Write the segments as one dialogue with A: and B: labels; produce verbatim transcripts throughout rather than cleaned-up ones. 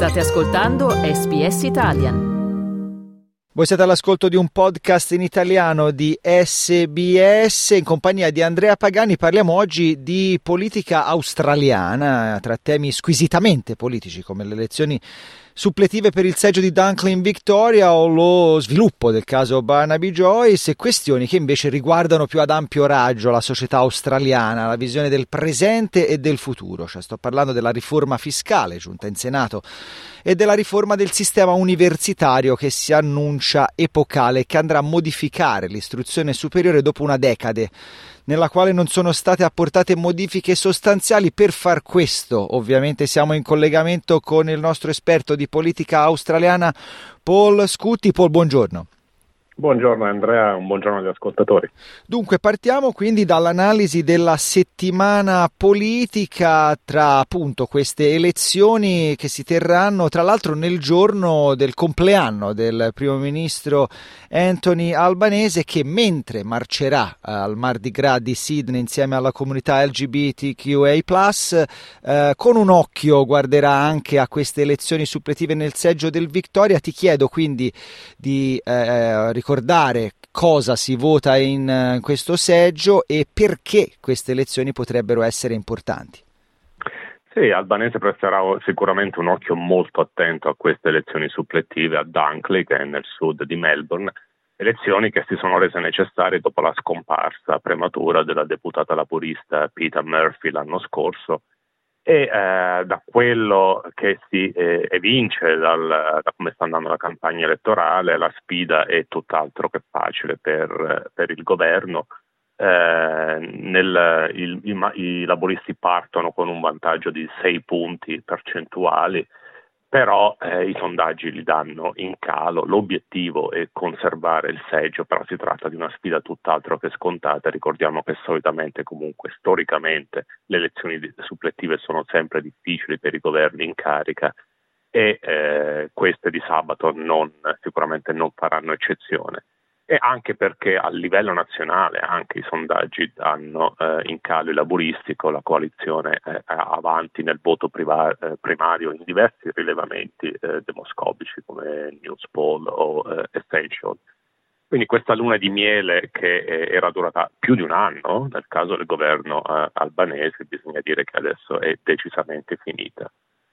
A: State ascoltando S B S Italian.
B: Voi siete all'ascolto di un podcast in italiano di S B S in compagnia di Andrea Pagani. Parliamo oggi di politica australiana, tra temi squisitamente politici come le elezioni suppletive per il seggio di Dunklin Victoria o lo sviluppo del caso Barnaby Joyce, e questioni che invece riguardano più ad ampio raggio la società australiana, la visione del presente e del futuro. Cioè, sto parlando della riforma fiscale giunta in Senato e della riforma del sistema universitario che si annuncia epocale e che andrà a modificare l'istruzione superiore dopo una decade nella quale non sono state apportate modifiche sostanziali. Per far questo, ovviamente, siamo in collegamento con il nostro esperto di politica australiana, Paul Scutti. Paul, buongiorno.
C: Buongiorno Andrea, un buongiorno agli ascoltatori.
B: Dunque, partiamo quindi dall'analisi della settimana politica tra appunto queste elezioni che si terranno tra l'altro nel giorno del compleanno del primo ministro Anthony Albanese, che mentre marcerà al Mardi Gras di Sydney insieme alla comunità L G B T Q A plus, eh, con un occhio guarderà anche a queste elezioni suppletive nel seggio del Victoria. Ti chiedo quindi di eh, ricordare cosa si vota in uh, questo seggio e perché queste elezioni potrebbero essere importanti.
C: Sì, Albanese presterà sicuramente un occhio molto attento a queste elezioni suppletive a Dunklin, che è nel sud di Melbourne, elezioni che si sono rese necessarie dopo la scomparsa prematura della deputata laburista Peta Murphy l'anno scorso. E eh, da quello che si eh, evince dal, da come sta andando la campagna elettorale, la sfida è tutt'altro che facile per, per il governo. Eh, nel, il, i, I laburisti partono con un vantaggio di sei punti percentuali, però eh, i sondaggi li danno in calo. L'obiettivo è conservare il seggio, però si tratta di una sfida tutt'altro che scontata. Ricordiamo che solitamente, comunque storicamente, le elezioni suppletive sono sempre difficili per i governi in carica e eh, queste di sabato non, sicuramente non faranno eccezione. E anche perché a livello nazionale anche i sondaggi danno eh, in calo i laburisti, con la coalizione eh, avanti nel voto priva- eh, primario in diversi rilevamenti eh, demoscopici come Newspoll o eh, Essential. Quindi questa luna di miele che eh, era durata più di un anno nel caso del governo eh, albanese, bisogna dire che adesso è decisamente finita.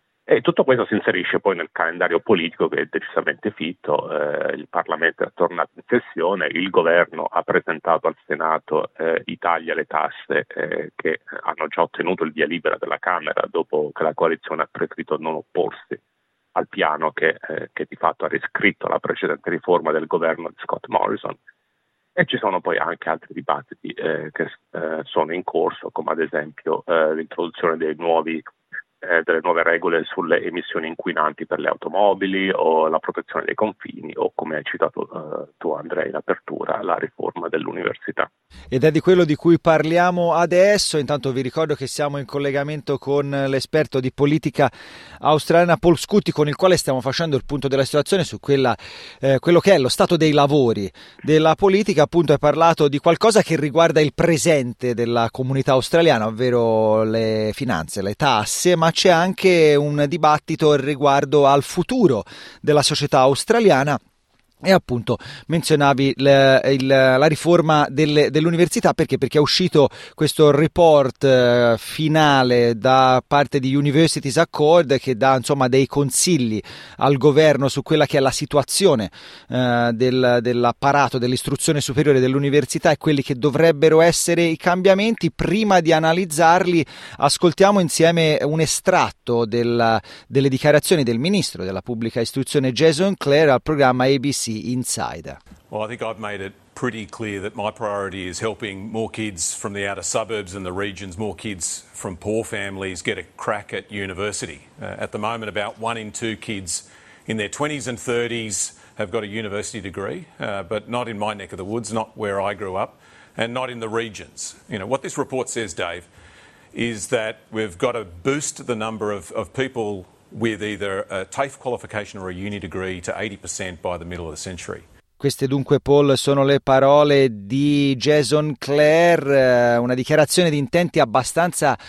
C: E tutto questo si inserisce poi nel calendario politico che è decisamente fitto. Eh, il Parlamento è tornato in sessione, il governo ha presentato al Senato eh, i tagli alle tasse eh, che hanno già ottenuto il via libera della Camera dopo che la coalizione ha preferito non opporsi al piano che, eh, che di fatto ha riscritto la precedente riforma del governo di Scott Morrison. E ci sono poi anche altri dibattiti eh, che eh, sono in corso, come ad esempio eh, l'introduzione dei nuovi Eh, delle nuove regole sulle emissioni inquinanti per le automobili o la protezione dei confini o, come hai citato uh, tu Andrea in apertura, la riforma dell'università.
B: Ed è di quello di cui parliamo adesso. Intanto vi ricordo che siamo in collegamento con l'esperto di politica australiana Paul Scutti, con il quale stiamo facendo il punto della situazione su quella, eh, quello che è lo stato dei lavori della politica. Appunto hai parlato di qualcosa che riguarda il presente della comunità australiana, ovvero le finanze, le tasse, ma c'è anche un dibattito riguardo al futuro della società australiana. E appunto menzionavi il, il, la riforma delle, dell'università perché perché è uscito questo report eh, finale da parte di Universities Accord che dà insomma dei consigli al governo su quella che è la situazione eh, del, dell'apparato dell'istruzione superiore dell'università e quelli che dovrebbero essere i cambiamenti. Prima di analizzarli ascoltiamo insieme un estratto del, delle dichiarazioni del ministro della pubblica istruzione Jason Clare al programma A B C Insider.
D: Well, I think I've made it pretty clear that my priority is helping more kids from the outer suburbs and the regions, more kids from poor families get a crack at university. Uh, at the moment, about one in two kids in their twenties and thirties have got a university degree, uh, but not in my neck of the woods, not where I grew up, and not in the regions. You know, what this report says, Dave, is that we've got to boost the number of, of people with either a TAFE qualification or a uni degree to eighty percent by the middle of the century.
B: Queste dunque, Paul, sono le parole di Jason Clare, una dichiarazione di intenti abbastanza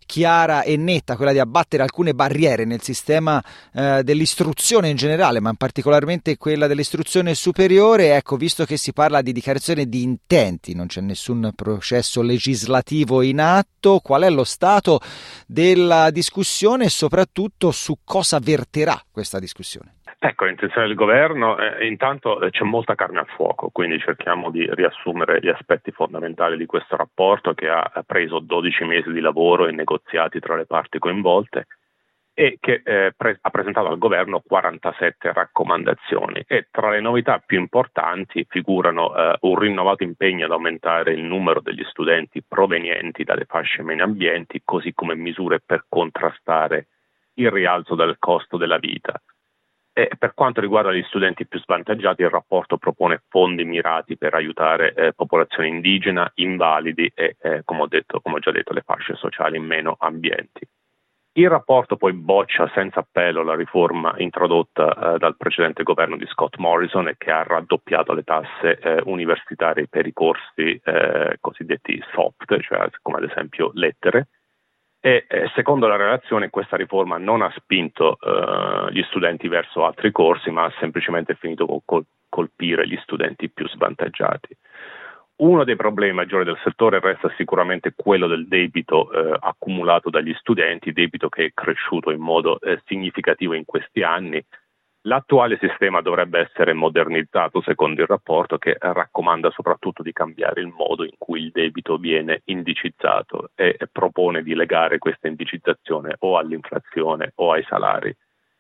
B: chiara e netta, quella di abbattere alcune barriere nel sistema eh, dell'istruzione in generale, ma particolarmente quella dell'istruzione superiore. Ecco, visto che si parla di dichiarazione di intenti, non c'è nessun processo legislativo in atto, qual è lo stato della discussione e soprattutto su cosa verterà questa discussione?
C: Ecco, l'intenzione del governo, eh, intanto eh, c'è molta carne al fuoco, quindi cerchiamo di riassumere gli aspetti fondamentali di questo rapporto che ha preso dodici mesi di lavoro e negoziati tra le parti coinvolte e che eh, pre- ha presentato al governo quarantasette raccomandazioni, e tra le novità più importanti figurano eh, un rinnovato impegno ad aumentare il numero degli studenti provenienti dalle fasce meno ambienti, così come misure per contrastare il rialzo del costo della vita. E per quanto riguarda gli studenti più svantaggiati, il rapporto propone fondi mirati per aiutare eh, popolazione indigena, invalidi e, eh, come ho detto, come ho già detto, le fasce sociali meno ambienti. Il rapporto poi boccia senza appello la riforma introdotta eh, dal precedente governo di Scott Morrison e che ha raddoppiato le tasse eh, universitarie per i corsi eh, cosiddetti soft, cioè come ad esempio lettere. E eh, secondo la relazione questa riforma non ha spinto eh, gli studenti verso altri corsi, ma ha semplicemente finito con col- colpire gli studenti più svantaggiati. Uno dei problemi maggiori del settore resta sicuramente quello del debito eh, accumulato dagli studenti, debito che è cresciuto in modo eh, significativo in questi anni. L'attuale sistema dovrebbe essere modernizzato secondo il rapporto, che raccomanda soprattutto di cambiare il modo in cui il debito viene indicizzato e propone di legare questa indicizzazione o all'inflazione o ai salari.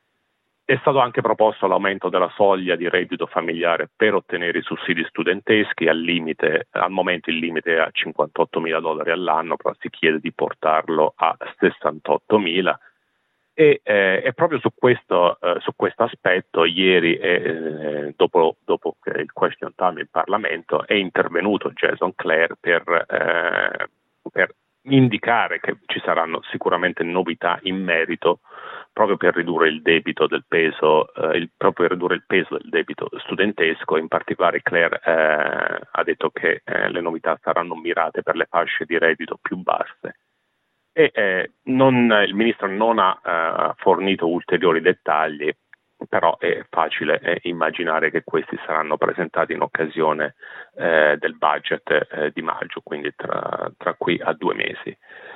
C: È stato anche proposto l'aumento della soglia di reddito familiare per ottenere i sussidi studenteschi, al limite, al momento il limite è a cinquantottomila dollari all'anno, però si chiede di portarlo a sessantottomila. E, eh, e proprio su questo, eh, su questo aspetto ieri, eh, dopo, dopo il question time in Parlamento, è intervenuto Jason Clare per, eh, per indicare che ci saranno sicuramente novità in merito proprio per ridurre il debito del peso, eh, il, proprio per ridurre il peso del debito studentesco. In particolare Clare eh, ha detto che eh, le novità saranno mirate per le fasce di reddito più basse. E, eh, non, il ministro non ha eh, fornito ulteriori dettagli, però è facile eh, immaginare che questi saranno presentati in occasione eh, del budget eh, di maggio, quindi tra, tra qui a due mesi.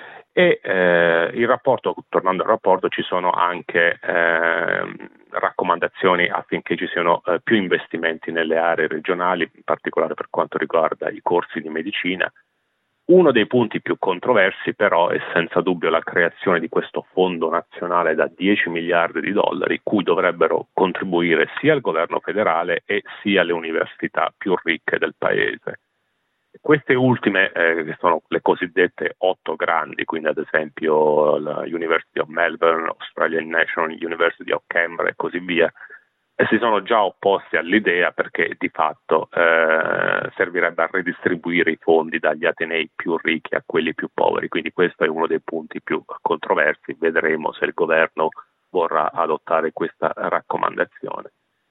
C: E eh, il rapporto, tornando al rapporto, ci sono anche eh, raccomandazioni affinché ci siano eh, più investimenti nelle aree regionali, in particolare per quanto riguarda i corsi di medicina. Uno dei punti più controversi però è senza dubbio la creazione di questo fondo nazionale da dieci miliardi di dollari, cui dovrebbero contribuire sia il governo federale e sia le università più ricche del paese. Queste ultime, eh, che sono le cosiddette otto grandi, quindi ad esempio la University of Melbourne, Australian National University of Canberra e così via, e si sono già opposti all'idea perché di fatto eh, servirebbe a ridistribuire i fondi dagli atenei più ricchi a quelli più poveri, quindi questo è uno dei punti più controversi. Vedremo se il governo vorrà adottare questa raccomandazione.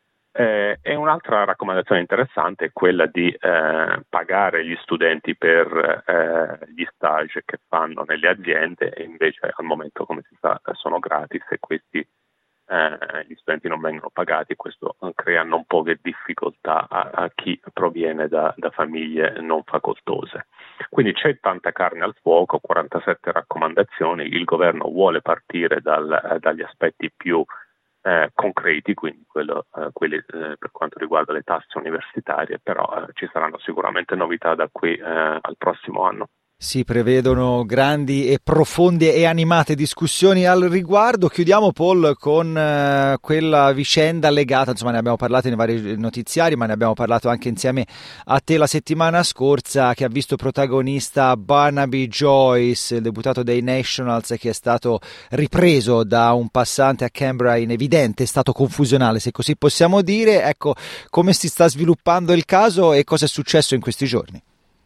C: Eh, e un'altra raccomandazione interessante è quella di eh, pagare gli studenti per eh, gli stage che fanno nelle aziende, e invece al momento, come si sa, sono gratis e questi Eh, gli studenti non vengono pagati. Questo crea non poche difficoltà a, a chi proviene da, da famiglie non facoltose. Quindi c'è tanta carne al fuoco, quarantasette raccomandazioni. Il governo vuole partire dal, dagli aspetti più eh, concreti, quindi quello, eh, quelli eh, per quanto riguarda le tasse universitarie, però eh, ci saranno sicuramente novità da qui eh, al prossimo anno.
B: Si prevedono grandi e profonde e animate discussioni al riguardo. Chiudiamo, Paul, con eh, quella vicenda legata, insomma ne abbiamo parlato nei vari notiziari, ma ne abbiamo parlato anche insieme a te la settimana scorsa, che ha visto protagonista Barnaby Joyce, il deputato dei Nationals, che è stato ripreso da un passante a Canberra in evidente stato confusionale, se così possiamo dire. Ecco, come si sta sviluppando il caso e cosa è successo in questi giorni?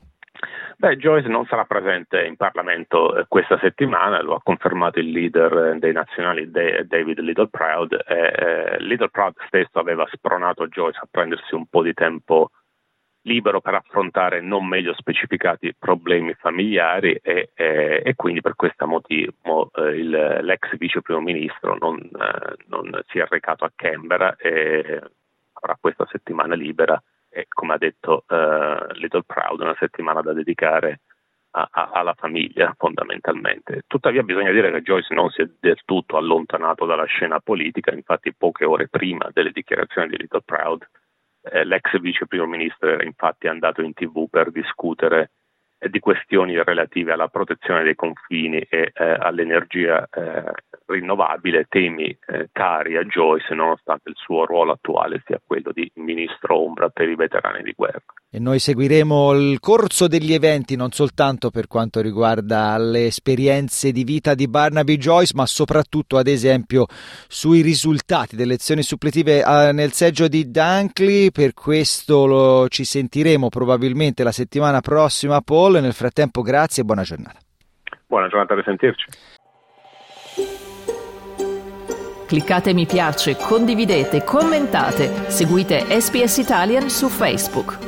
C: Beh, Joyce non sarà presente in Parlamento eh, questa settimana, lo ha confermato il leader eh, dei nazionali De- David Littleproud. Eh, eh, Littleproud stesso aveva spronato Joyce a prendersi un po' di tempo libero per affrontare non meglio specificati problemi familiari e, e, e quindi per questo motivo eh, il, l'ex vice primo ministro non, eh, non si è recato a Canberra e avrà questa settimana libera e, come ha detto eh, Littleproud, una settimana da dedicare a, a, alla famiglia fondamentalmente. Tuttavia bisogna dire che Joyce non si è del tutto allontanato dalla scena politica, infatti poche ore prima delle dichiarazioni di Littleproud Eh, l'ex vice primo ministro era infatti andato in tivù per discutere eh, di questioni relative alla protezione dei confini e eh, all'energia eh, rinnovabile, temi eh, cari a Joyce nonostante il suo ruolo attuale sia quello di ministro ombra per i veterani di guerra.
B: E noi seguiremo il corso degli eventi non soltanto per quanto riguarda le esperienze di vita di Barnaby Joyce, ma soprattutto ad esempio sui risultati delle elezioni suppletive eh, nel seggio di Dunkley. Per questo lo, ci sentiremo probabilmente la settimana prossima, Paul. Nel frattempo grazie e buona giornata.
C: Buona giornata, a risentirci.
A: Cliccate mi piace, condividete, commentate, seguite S B S Italian su Facebook.